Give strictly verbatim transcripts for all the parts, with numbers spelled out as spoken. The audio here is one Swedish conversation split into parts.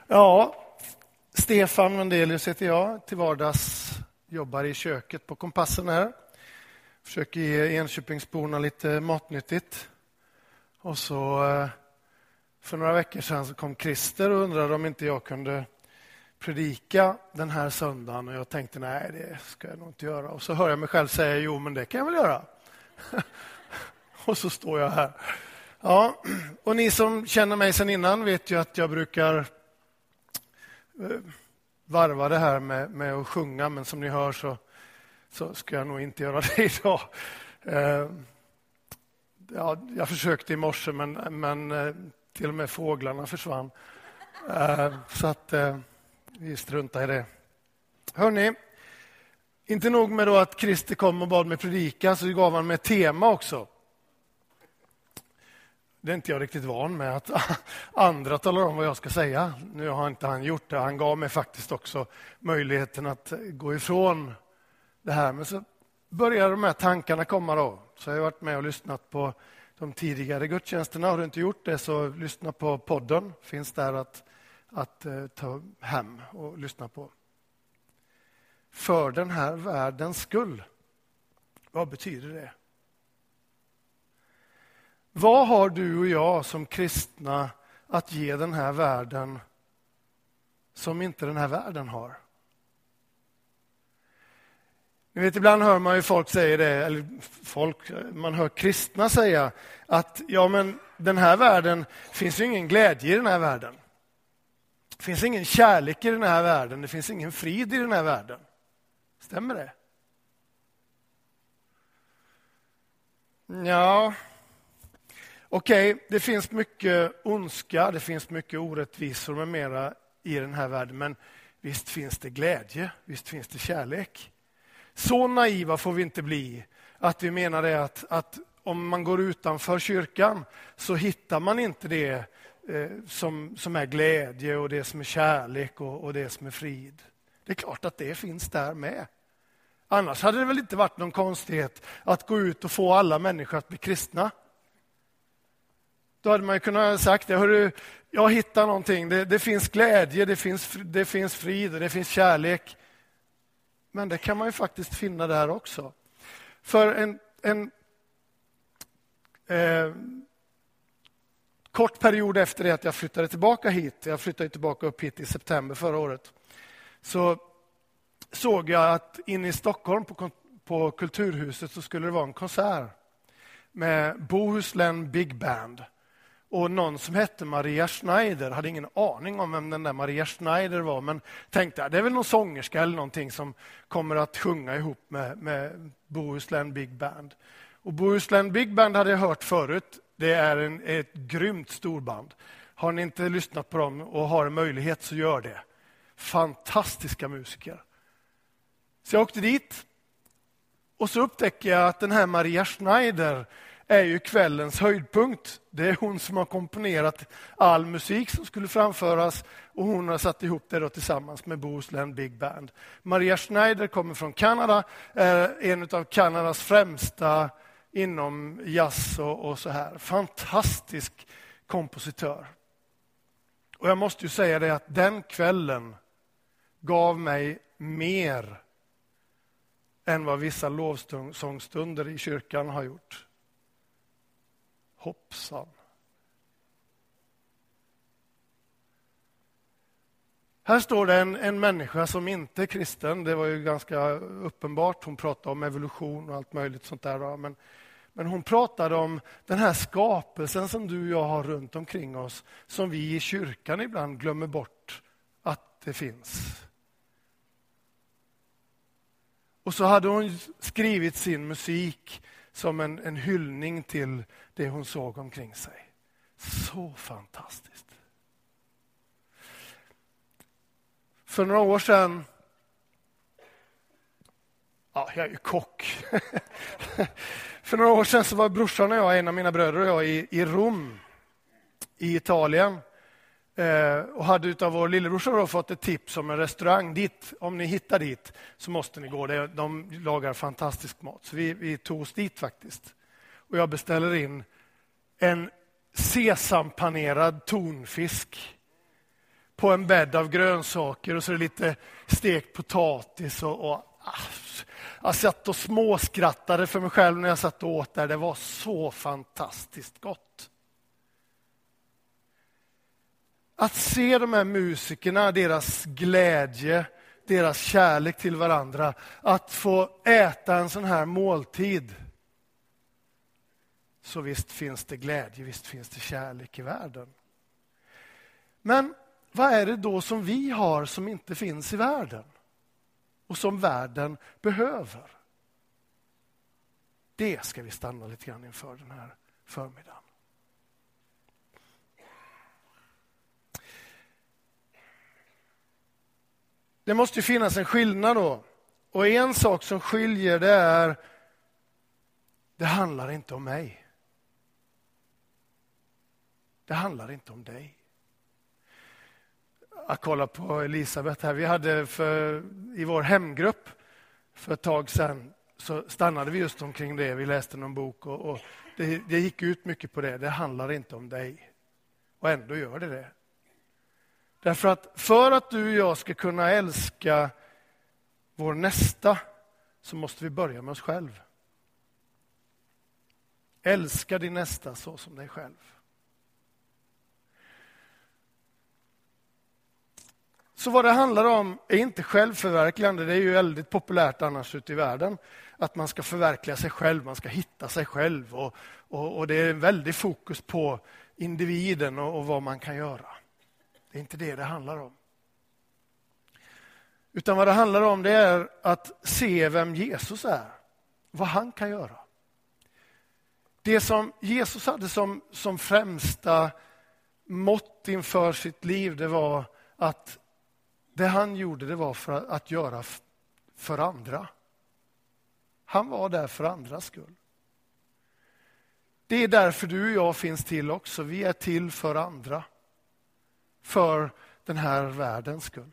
Ja, Stefan Wendelius heter jag. Till vardags jobbar i köket på Kompassen här. Försöker ge Enköpingsborna lite matnyttigt. Och så för några veckor sedan så kom Christer och undrade om inte jag kunde predika den här söndagen. Och jag tänkte nej, det ska jag nog inte göra. Och så hör jag mig själv säga jo, men det kan jag väl göra. Och så står jag här. Ja, och ni som känner mig sedan innan vet ju att jag brukar varva det här med, med att sjunga, men som ni hör så, så ska jag nog inte göra det idag. Eh, ja, jag försökte i morse, men, men eh, till och med fåglarna försvann. Eh, så att eh, vi struntar i det. Hörrni, inte nog med då att Christer kom och bad mig predika, så gav han mig ett tema också. Det är inte jag riktigt van med att andra talar om vad jag ska säga. Nu har inte han gjort det. Han gav mig faktiskt också möjligheten att gå ifrån det här. Men så börjar de här tankarna komma då. Så jag har varit med och lyssnat på de tidigare gudstjänsterna. Har du inte gjort det så lyssna på podden. Finns där att, att ta hem och lyssna på. För den här världens skull. Vad betyder det? Vad har du och jag som kristna att ge den här världen som inte den här världen har? Ni vet, ibland hör man ju folk säga det, eller folk, man hör kristna säga att ja, men den här världen, finns ju ingen glädje i den här världen. Det finns ingen kärlek i den här världen, det finns ingen frid i den här världen. Stämmer det? Ja... Okej, okay, det finns mycket ondska, det finns mycket orättvisor med mera i den här världen. Men visst finns det glädje, visst finns det kärlek. Så naiva får vi inte bli att vi menar det att, att om man går utanför kyrkan så hittar man inte det eh, som, som är glädje och det som är kärlek och, och det som är frid. Det är klart att det finns där med. Annars hade det väl inte varit någon konstighet att gå ut och få alla människor att bli kristna. Då hade man ju kunnat sagt det. Hörru, jag hittar någonting. Det, det finns glädje, det finns, det finns frid och det finns kärlek. Men det kan man ju faktiskt finna där också. För en, en eh, kort period efter det att jag flyttade tillbaka hit, jag flyttade tillbaka upp hit i september förra året, så såg jag att inne i Stockholm på, på Kulturhuset så skulle det vara en konsert med Bohuslän Big Band. Och någon som hette Maria Schneider, hade ingen aning om vem den där Maria Schneider var, men tänkte att det är väl någon sångerska eller någonting som kommer att sjunga ihop med, med Bohuslän Big Band. Och Bohuslän Big Band hade jag hört förut. Det är en, ett grymt storband. Har ni inte lyssnat på dem och har en möjlighet så gör det. Fantastiska musiker. Så jag åkte dit och så upptäcker jag att den här Maria Schneider är ju kvällens höjdpunkt. Det är hon som har komponerat all musik som skulle framföras och hon har satt ihop det då tillsammans med Bohuslän Big Band. Maria Schneider kommer från Kanada, är en av Kanadas främsta inom jazz och, och så här. Fantastisk kompositör. Och jag måste ju säga det att den kvällen gav mig mer än vad vissa lovsångstunder i kyrkan har gjort. Hoppsan. Här står det en, en människa som inte är kristen. Det var ju ganska uppenbart. Hon pratade om evolution och allt möjligt sånt där. Men, men hon pratade om den här skapelsen som du och jag har runt omkring oss. Som vi i kyrkan ibland glömmer bort att det finns. Och så hade hon skrivit sin musik som en, en hyllning till det hon såg omkring sig. Så fantastiskt. För några år sedan... Ja, jag är ju kock. För några år sedan så var brorsan och jag, en av mina bröder och jag, i, i Rom, i Italien. Eh, och hade utav vår lillebrorsa då fått ett tips om en restaurang dit. Om ni hittar dit så måste ni gå. De lagar fantastisk mat. Så vi, vi tog oss dit faktiskt. Och jag beställer in en sesampanerad tonfisk på en bädd av grönsaker och så är det lite stekt potatis. Och, och, ah, jag satt och småskrattade för mig själv när jag satt och åt där. Det var så fantastiskt gott. Att se de här musikerna, deras glädje, deras kärlek till varandra. Att få äta en sån här måltid. Så visst finns det glädje, visst finns det kärlek i världen. Men vad är det då som vi har som inte finns i världen? Och som världen behöver? Det ska vi stanna lite grann inför den här förmiddagen. Det måste ju finnas en skillnad då. Och en sak som skiljer det är, det handlar inte om mig. Det handlar inte om dig. Jag kollar på Elisabeth här. Vi hade för, i vår hemgrupp för ett tag sedan så stannade vi just omkring det. Vi läste någon bok och, och det, det gick ut mycket på det. Det handlar inte om dig. Och ändå gör det det. Därför att för att du och jag ska kunna älska vår nästa så måste vi börja med oss själv. Älska din nästa så som dig själv. Så vad det handlar om är inte självförverkligande. Det är ju väldigt populärt annars ute i världen. Att man ska förverkliga sig själv, man ska hitta sig själv. Och, och, och det är en väldig fokus på individen och, och vad man kan göra. Det är inte det det handlar om. Utan vad det handlar om det är att se vem Jesus är. Vad han kan göra. Det som Jesus hade som, som främsta mått inför sitt liv, det var att det han gjorde det var för att göra för andra. Han var där för andras skull. Det är därför du och jag finns till också. Vi är till för andra. För den här världens skull.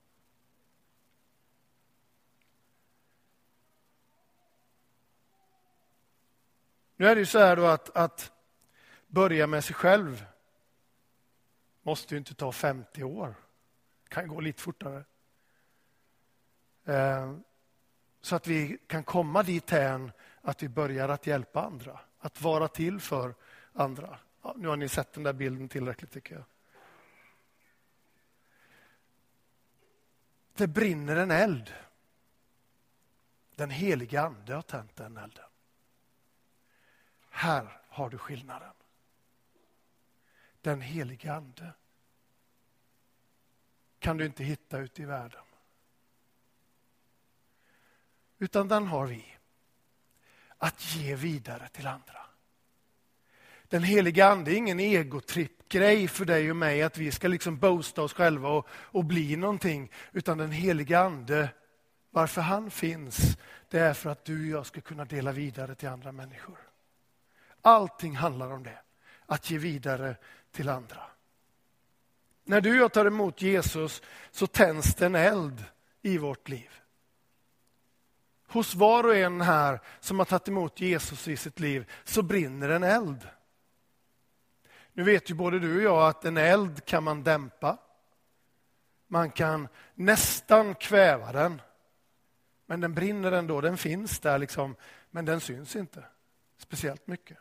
Nu är det ju så här då att, att börja med sig själv måste ju inte ta femtio år. Kan gå lite fortare. Eh, så att vi kan komma dit hän att vi börjar att hjälpa andra. Att vara till för andra. Ja, nu har ni sett den där bilden tillräckligt tycker jag. Det brinner en eld. Den heliga ande har tänt den elden. Här har du skillnaden. Den heliga ande kan du inte hitta ute i världen. Utan den har vi. Att ge vidare till andra. Den heliga ande är ingen egotripp-grej för dig och mig. Att vi ska liksom boasta oss själva och, och bli någonting. Utan den heliga ande, varför han finns, det är för att du och jag ska kunna dela vidare till andra människor. Allting handlar om det. Att ge vidare till andra. När du och jag tar emot Jesus så tänds det en eld i vårt liv. Hos var och en här som har tagit emot Jesus i sitt liv så brinner en eld. Nu vet ju både du och jag att en eld kan man dämpa. Man kan nästan kväva den. Men den brinner ändå, den finns där liksom. Men den syns inte speciellt mycket.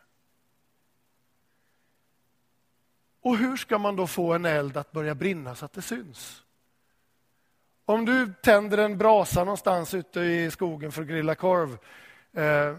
Och hur ska man då få en eld att börja brinna så att det syns? Om du tänder en brasa någonstans ute i skogen för att grilla korv eh,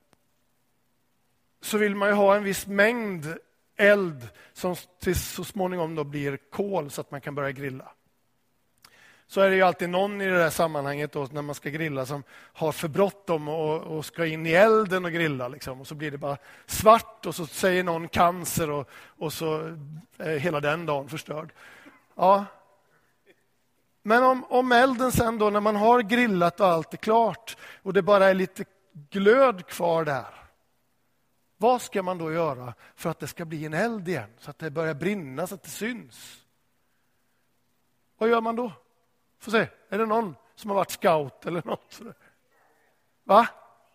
så vill man ju ha en viss mängd eld som till så småningom då blir kol så att man kan börja grilla. Så är det ju alltid någon i det här sammanhanget då, när man ska grilla som har för bråttom och, och ska in i elden och grilla. Liksom. Och så blir det bara svart och så säger någon cancer och, och så är hela den dagen förstörd. Ja. Men om, om elden sen då, när man har grillat och allt är klart och det bara är lite glöd kvar där. Vad ska man då göra för att det ska bli en eld igen? Så att det börjar brinna, så att det syns. Vad gör man då? Får se, är det någon som har varit scout eller något? Va?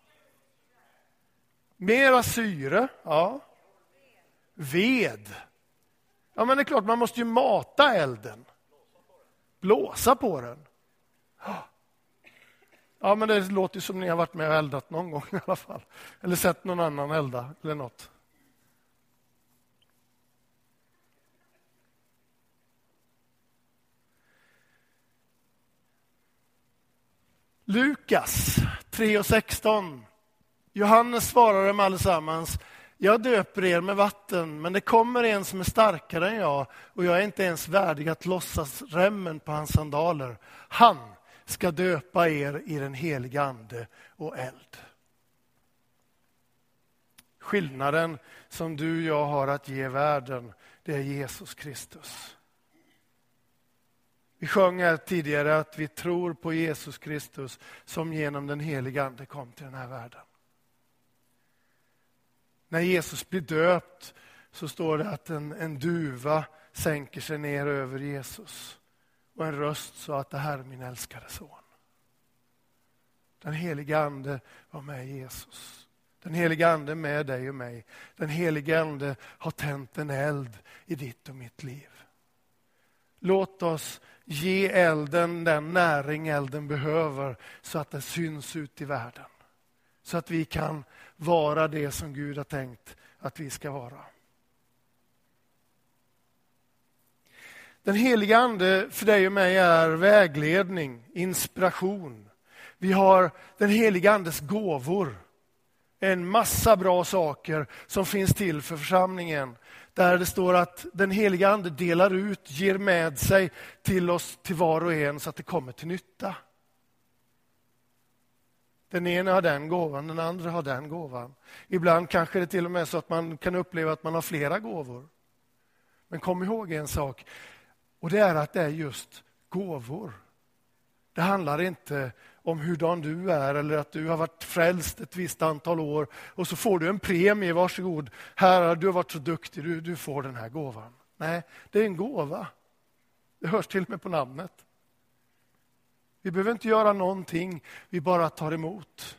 Mera syre, ja. Ved. Ja, men det är klart, man måste ju mata elden. Blåsa på den. Ja, men det låter ju som ni har varit med och eldat någon gång i alla fall. Eller sett någon annan elda eller något. Lukas tre och sexton. Johannes svarar dem allesammans: jag döper er med vatten, men det kommer en som är starkare än jag, och jag är inte ens värdig att lossas remmen på hans sandaler. Han ska döpa er i den heliga ande och eld. Skillnaden som du och jag har att ge världen, det är Jesus Kristus. Vi sjöng här tidigare att vi tror på Jesus Kristus som genom den heliga ande kom till den här världen. När Jesus blir döpt så står det att en, en duva sänker sig ner över Jesus. Och en röst sa att det här är min älskade son. Den heliga ande var med Jesus. Den heliga ande är med dig och mig. Den heliga ande har tänt en eld i ditt och mitt liv. Låt oss ge elden den näring elden behöver så att det syns ut i världen. Så att vi kan vara det som Gud har tänkt att vi ska vara. Den heliga ande för dig och mig är vägledning, inspiration. Vi har den heliga andes gåvor. En massa bra saker som finns till för församlingen. Där det står att den heliga ande delar ut, ger med sig till oss, till var och en, så att det kommer till nytta. Den ena har den gåvan, den andra har den gåvan. Ibland kanske det till och med så att man kan uppleva att man har flera gåvor. Men kom ihåg en sak, och det är att det är just gåvor. Det handlar inte om hurdan du är eller att du har varit frälst ett visst antal år och så får du en premie, varsågod. Här, du har varit så duktig, du, du får den här gåvan. Nej, det är en gåva. Det hörs till och med på namnet. Vi behöver inte göra någonting, vi bara tar emot.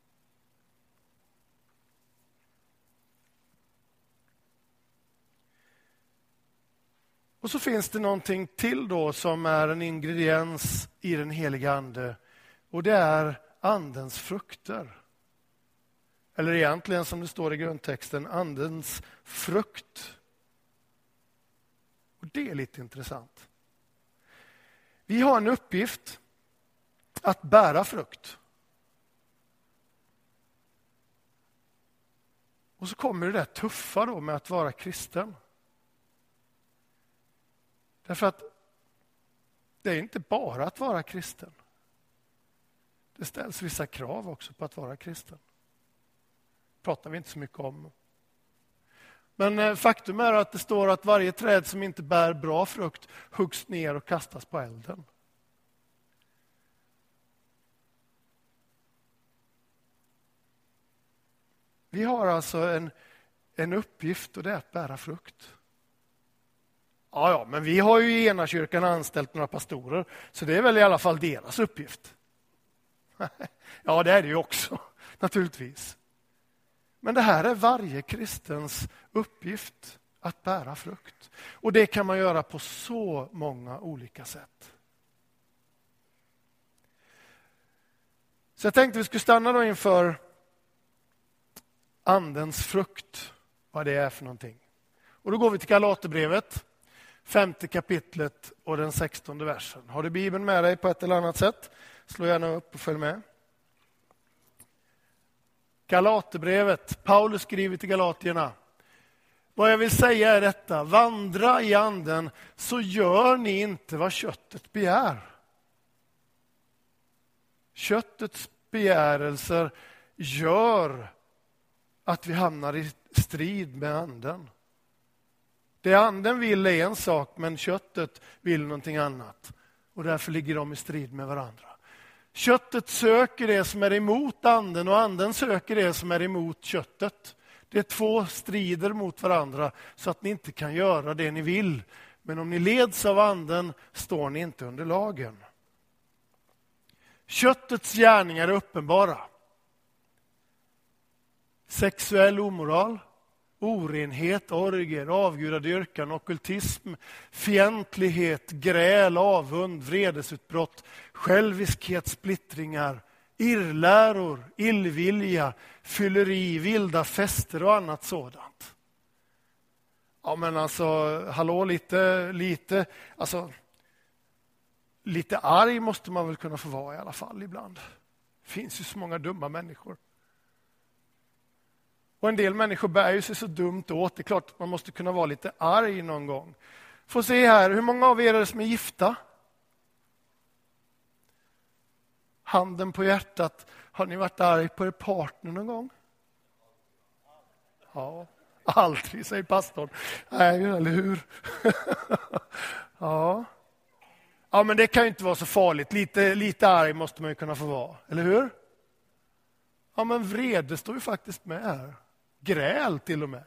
Och så finns det någonting till då som är en ingrediens i den heliga ande. Och det är andens frukter. Eller egentligen som det står i grundtexten, andens frukt. Och det är lite intressant. Vi har en uppgift att bära frukt. Och så kommer det där tuffa då med att vara kristen. Därför att det är inte bara att vara kristen. Det ställs vissa krav också på att vara kristen. Det pratar vi inte så mycket om. Men faktum är att det står att varje träd som inte bär bra frukt huggs ner och kastas på elden. Vi har alltså en, en uppgift, och det är att bära frukt. Ja, ja, men vi har ju i ena kyrkan anställt några pastorer, så det är väl i alla fall deras uppgift. Ja, det är det ju också, naturligtvis. Men det här är varje kristens uppgift, att bära frukt. Och det kan man göra på så många olika sätt. Så jag tänkte vi skulle stanna då inför andens frukt, vad det är för någonting. Och då går vi till Galaterbrevet, femte kapitlet och den sextonde versen. Har du Bibeln med dig på ett eller annat sätt? Slå gärna upp och följ med. Galaterbrevet, Paulus skriver till galatierna. Vad jag vill säga är detta: vandra i anden, så gör ni inte vad köttet begär. Köttets begärelser gör att vi hamnar i strid med anden. Det anden vill är en sak, men köttet vill någonting annat. Och därför ligger de i strid med varandra. Köttet söker det som är emot anden, och anden söker det som är emot köttet. Det är två strider mot varandra, så att ni inte kan göra det ni vill. Men om ni leds av anden står ni inte under lagen. Köttets gärningar är uppenbara. Sexuell omoral, orenhet, orger, avgudadyrkan, ockultism, fientlighet, gräl, avund, vredesutbrott, själviskhet, splittringar, irrläror, illvilja, fylleri, vilda fester och annat sådant. Ja men alltså, hallå lite, lite, alltså lite arg måste man väl kunna få vara i alla fall ibland. Det finns ju så många dumma människor. Och en del människor bär ju sig så dumt åt. Det är klart att man måste kunna vara lite arg någon gång. Får se här, hur många av er är det som är gifta? Handen på hjärtat. Har ni varit arg på er partner någon gång? Ja, aldrig, säger pastorn. Nej, eller hur? Ja. Ja, men det kan ju inte vara så farligt. Lite, lite arg måste man ju kunna få vara, eller hur? Ja, men vrede står ju faktiskt med här. Gräl till och med.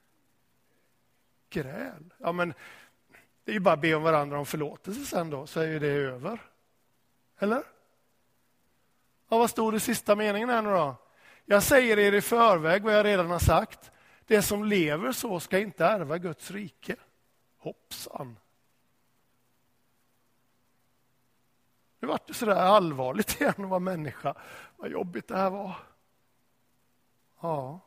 Gräl. Ja, men det är ju bara att be om varandra om förlåtelse sen då, så är ju det över. Eller? Ja, vad stod det sista meningen här nu då? Jag säger er i förväg vad jag redan har sagt. Det som lever så ska inte ärva Guds rike. Hoppsan. Nu vart det sådär allvarligt igen att vara människa. Vad jobbigt det här var. Ja.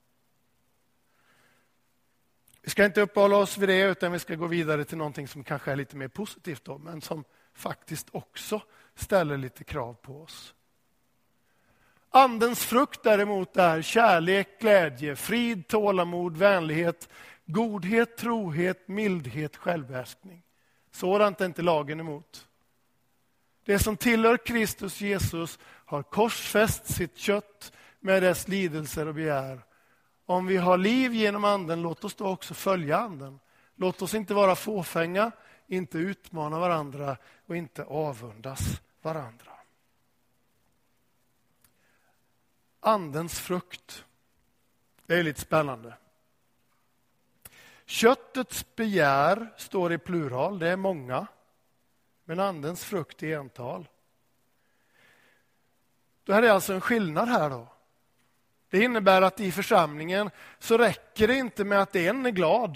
Vi ska inte uppehålla oss vid det utan vi ska gå vidare till någonting som kanske är lite mer positivt då, men som faktiskt också ställer lite krav på oss. Andens frukt däremot är kärlek, glädje, frid, tålamod, vänlighet, godhet, trohet, mildhet, självbehärskning. Sådant är inte lagen emot. Det som tillhör Kristus Jesus har korsfäst sitt kött med dess lidelser och begär. Om vi har liv genom anden, låt oss då också följa anden. Låt oss inte vara fåfänga, inte utmana varandra och inte avundas varandra. Andens frukt. Det är lite spännande. Köttets begär står i plural, det är många. Men andens frukt är ental. Det här är alltså en skillnad här då. Det innebär att i församlingen så räcker det inte med att en är glad.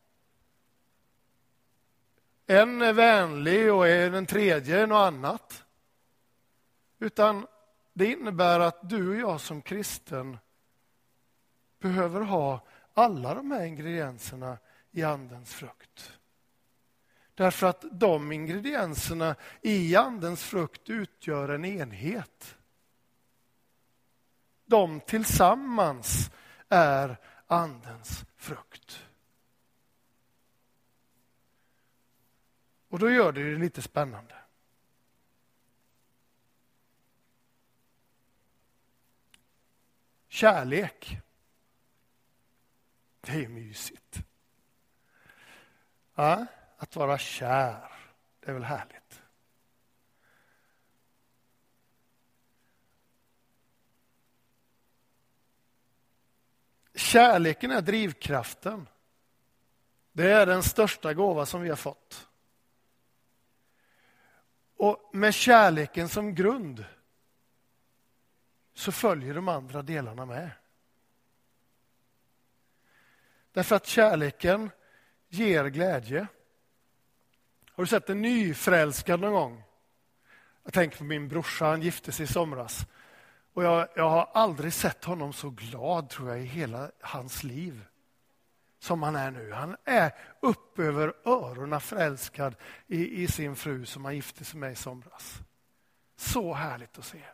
En är vänlig och är den tredje något annat. Utan det innebär att du och jag som kristen behöver ha alla de här ingredienserna i andens frukt. Därför att de ingredienserna i andens frukt utgör en enhet. De tillsammans är andens frukt. Och då gör det lite spännande. Kärlek. Det är mysigt. Ja, att vara kär, det är väl härligt. Kärleken är drivkraften. Det är den största gåva som vi har fått. Och med kärleken som grund så följer de andra delarna med. Därför att kärleken ger glädje. Har du sett en nyförälskad någon gång? Jag tänker på min brorsa, han gifte sig i somras. Och jag, jag har aldrig sett honom så glad, tror jag, i hela hans liv. Som han är nu. Han är upp över öronen förälskad i, i sin fru som han gifte sig med i somras. Så härligt att se.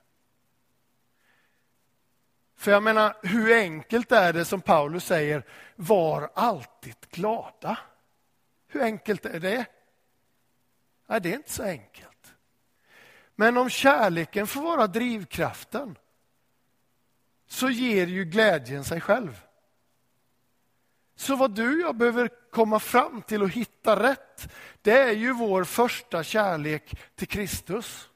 För jag menar, hur enkelt är det som Paulus säger, var alltid glada. Hur enkelt är det? Nej, det är inte så enkelt. Men om kärleken får vara drivkraften så ger ju glädjen sig själv. Så vad du och jag behöver komma fram till och hitta rätt, det är ju vår första kärlek till Kristus.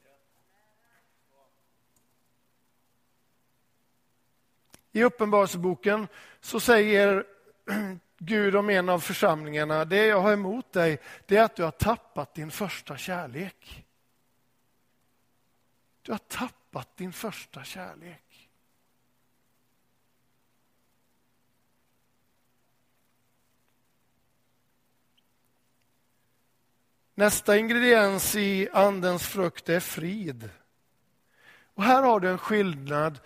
I Uppenbarelseboken så säger Gud om en av församlingarna, det jag har emot dig, det är att du har tappat din första kärlek. Du har tappat din första kärlek. Nästa ingrediens i andens frukt är frid. Och här har du en skillnad.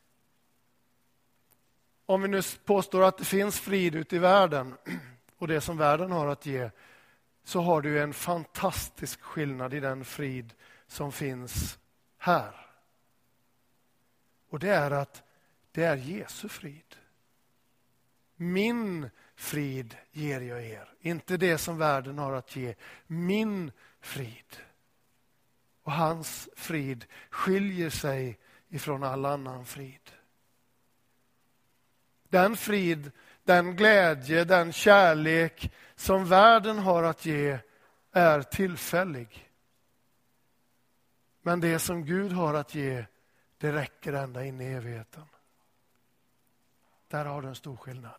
Om vi nu påstår att det finns frid ute i världen och det som världen har att ge, så har du en fantastisk skillnad i den frid som finns här. Och det är att det är Jesu frid. Min frid ger jag er. Inte det som världen har att ge. Min frid. Och hans frid skiljer sig ifrån all annan frid. Den frid, den glädje, den kärlek som världen har att ge är tillfällig. Men det som Gud har att ge, det räcker ända in i evigheten. Där har du en stor skillnad.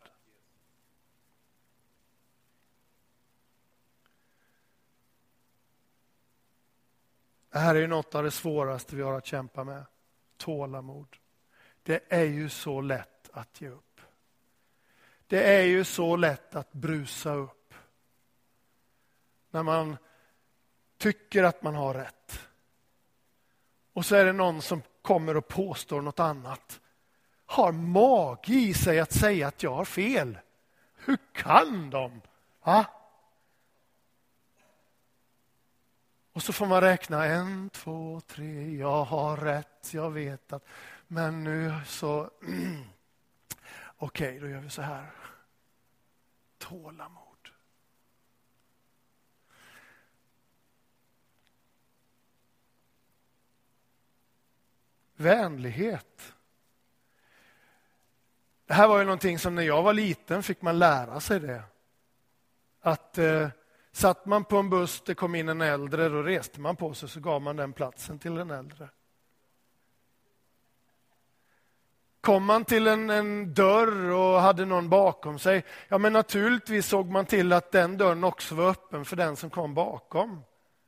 Det här är ju något av det svåraste vi har att kämpa med. Tålamod. Det är ju så lätt att ge upp. Det är ju så lätt att brusa upp. När man tycker att man har rätt. Och så är det någon som kommer och påstår något annat. Har mage i sig att säga att jag har fel. Hur kan de? Va? Och så får man räkna en, två, tre. Jag har rätt, jag vet att. Men nu så... Okej, okay, då gör vi så här. Tålamod. Vänlighet. Det här var ju någonting som när jag var liten fick man lära sig det. Att eh, satt man på en buss, det kom in en äldre, då reste man på sig så gav man den platsen till en äldre. Kom man till en, en dörr och hade någon bakom sig, ja men naturligtvis såg man till att den dörren också var öppen för den som kom bakom.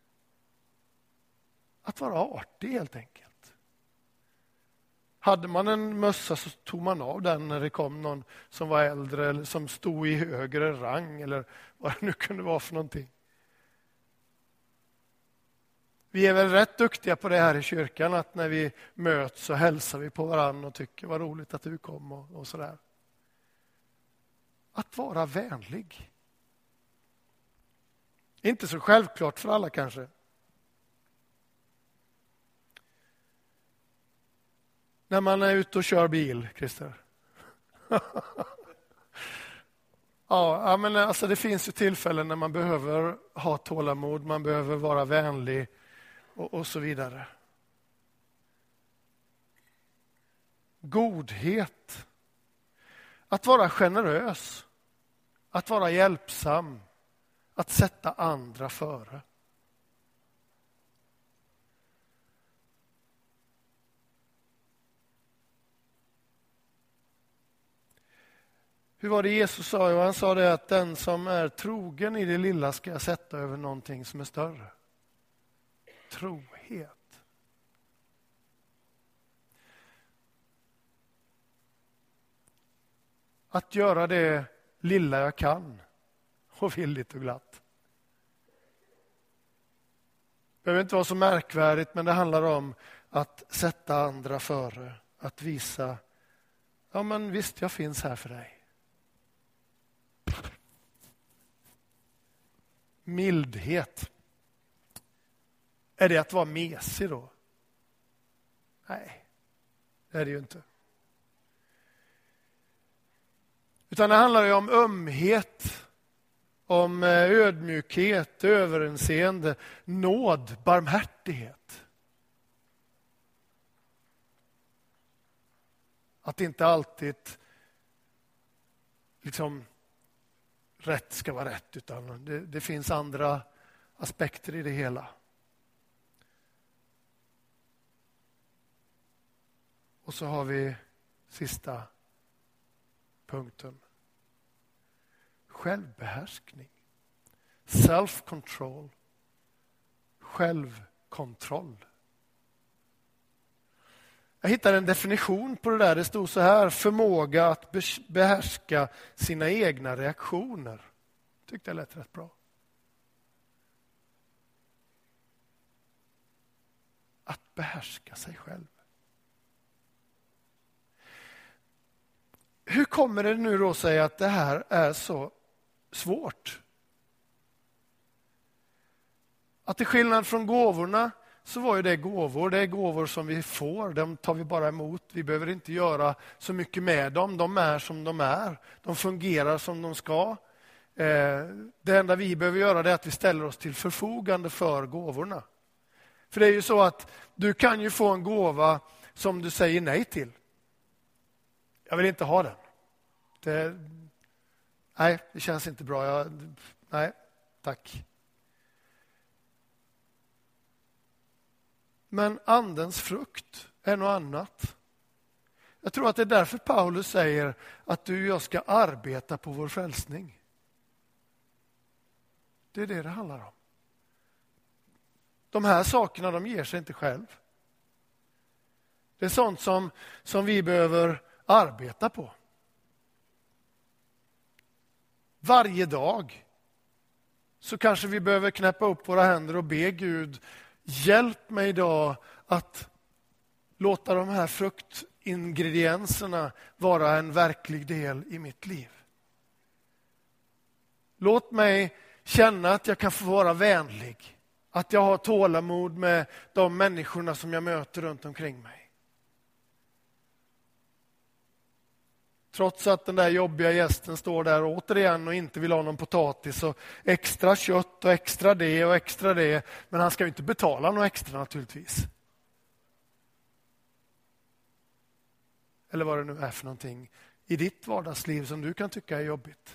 Att vara artig helt enkelt. Hade man en mössa så tog man av den när det kom någon som var äldre eller som stod i högre rang eller vad det nu kunde vara för någonting. Vi är väl rätt duktiga på det här i kyrkan, att när vi möts så hälsar vi på varandra och tycker vad roligt att du kom och, och sådär. Att vara vänlig. Inte så självklart för alla kanske. När man är ute och kör bil, Christer. ja, men alltså det finns ju tillfällen när man behöver ha tålamod, man behöver vara vänlig och, och så vidare. Godhet. Att vara generös. Att vara hjälpsam. Att sätta andra före. Hur var det Jesus sa? Jo, han sa det att den som är trogen i det lilla ska sätta över någonting som är större. Trohet. Att göra det lilla jag kan och villigt och glatt. Det behöver inte vara så märkvärdigt, men det handlar om att sätta andra före. Att visa, ja men visst jag finns här för dig. Mildhet. Är det att vara mesig då? Nej, det är det ju inte. Utan det handlar ju om ömhet, om ödmjukhet, överinseende, nåd, barmhärtighet. Att inte alltid liksom rätt ska vara rätt, utan det, det finns andra aspekter i det hela. Och så har vi sista punkten. Självbehärskning. Self-control. Självkontroll. Jag hittade en definition på det där. Det stod så här: förmåga att behärska sina egna reaktioner. Tyckte jag lät rätt bra. att behärska sig själv. Hur kommer det nu då sig att det här är så svårt? Att till skillnad från gåvorna så var ju det gåvor. Det är gåvor som vi får. De tar vi bara emot. Vi behöver inte göra så mycket med dem. De är som de är. De fungerar som de ska. Det enda vi behöver göra är att vi ställer oss till förfogande för gåvorna. För det är ju så att du kan ju få en gåva som du säger nej till. Jag vill inte ha den. Det, nej, det känns inte bra. Jag, nej, tack. Men andens frukt är något annat. Jag tror att det är därför Paulus säger att du och jag ska arbeta på vår frälsning. Det är det det handlar om. De här sakerna, de ger sig inte själv. Det är sånt som, som vi behöver arbeta på. Varje dag så kanske vi behöver knäppa upp våra händer och be Gud, hjälp mig idag att låta de här fruktingredienserna vara en verklig del i mitt liv. Låt mig känna att jag kan få vara vänlig. Att jag har tålamod med de människorna som jag möter runt omkring mig. Trots att den där jobbiga gästen står där återigen och inte vill ha någon potatis och extra kött och extra det och extra det. Men han ska ju inte betala något extra naturligtvis. Eller vad det nu är för någonting i ditt vardagsliv som du kan tycka är jobbigt.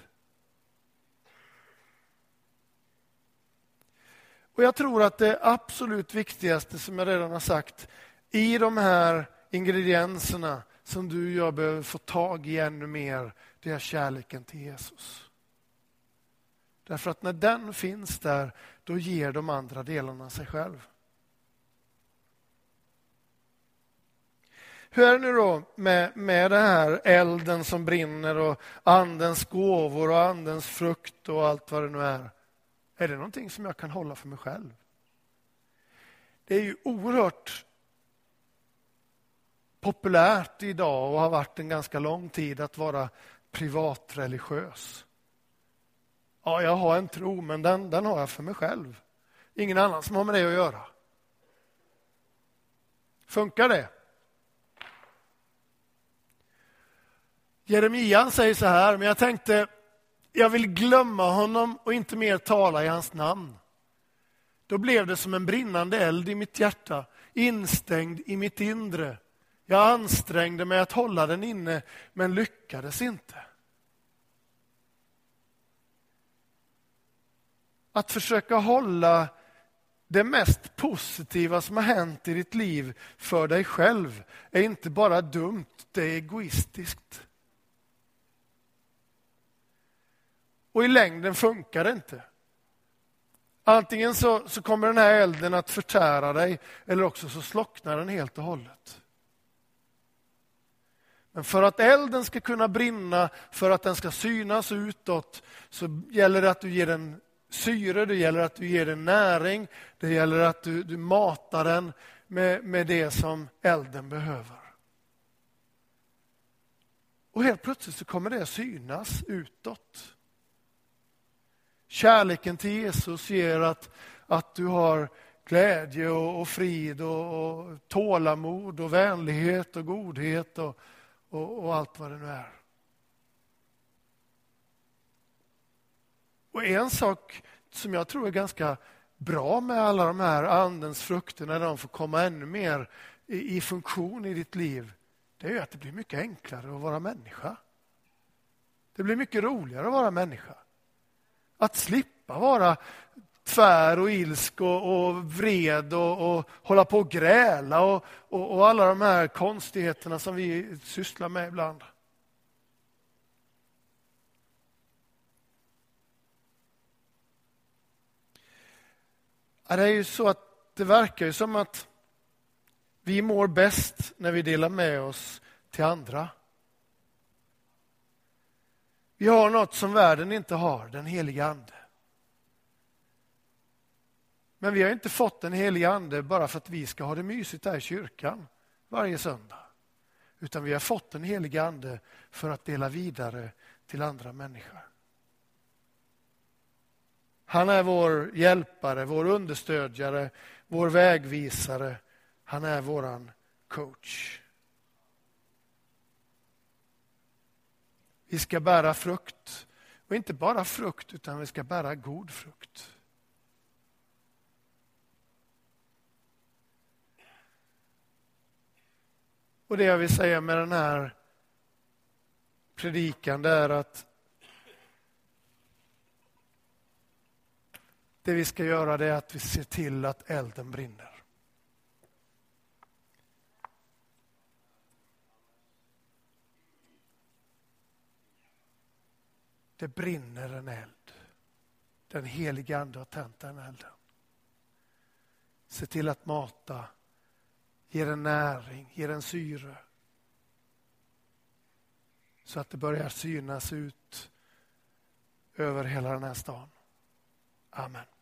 Och jag tror att det absolut viktigaste som jag redan har sagt i de här ingredienserna som du och jag behöver få tag i ännu mer, det är kärleken till Jesus. Därför att när den finns där, då ger de andra delarna sig själv. Hur är det nu då med, med det här elden som brinner och andens gåvor och andens frukt och allt vad det nu är? Är det någonting som jag kan hålla för mig själv? Det är ju oerhört populärt idag och har varit en ganska lång tid att vara privatreligiös. Ja, jag har en tro, men den, den har jag för mig själv. Ingen annan som har med det att göra. Funkar det? Jeremia säger så här, men jag tänkte, jag vill glömma honom och inte mer tala i hans namn. Då blev det som en brinnande eld i mitt hjärta, instängd i mitt inre. Jag ansträngde mig att hålla den inne, men lyckades inte. Att försöka hålla det mest positiva som har hänt i ditt liv för dig själv är inte bara dumt, det är egoistiskt. Och i längden funkar det inte. Antingen så, så kommer den här elden att förtära dig eller också så slocknar den helt och hållet. Men för att elden ska kunna brinna, för att den ska synas utåt, så gäller det att du ger den syre, det gäller att du ger den näring, det gäller att du, du matar den med, med det som elden behöver. Och helt plötsligt så kommer det synas utåt. Kärleken till Jesus ger att, att du har glädje och, och frid och, och tålamod och vänlighet och godhet och, och, och allt vad det nu är. Och en sak som jag tror är ganska bra med alla de här andens frukter när de får komma ännu mer i, i funktion i ditt liv, det är ju att det blir mycket enklare att vara människa. Det blir mycket roligare att vara människa. Att slippa vara tvär och ilsk och, och vred och, och hålla på och gräla och, och, och alla de här konstigheterna som vi sysslar med ibland. Ja, det är ju så att det verkar ju som att vi mår bäst när vi delar med oss till andra. Vi har något som världen inte har, den heliga ande. Men vi har inte fått den heliga ande bara för att vi ska ha det mysigt här i kyrkan varje söndag. Utan vi har fått den heliga ande för att dela vidare till andra människor. Han är vår hjälpare, vår understödjare, vår vägvisare. Han är våran coach. Vi ska bära frukt. Och inte bara frukt, utan vi ska bära god frukt. Och det jag vill säga med den här predikan, det är att det vi ska göra, det är att vi ser till att elden brinner. Det brinner en eld. Den heliga ande har tänt den elden. Se till att mata, ge den näring, ge den syre. Så att det börjar synas ut över hela den här stan. Amen.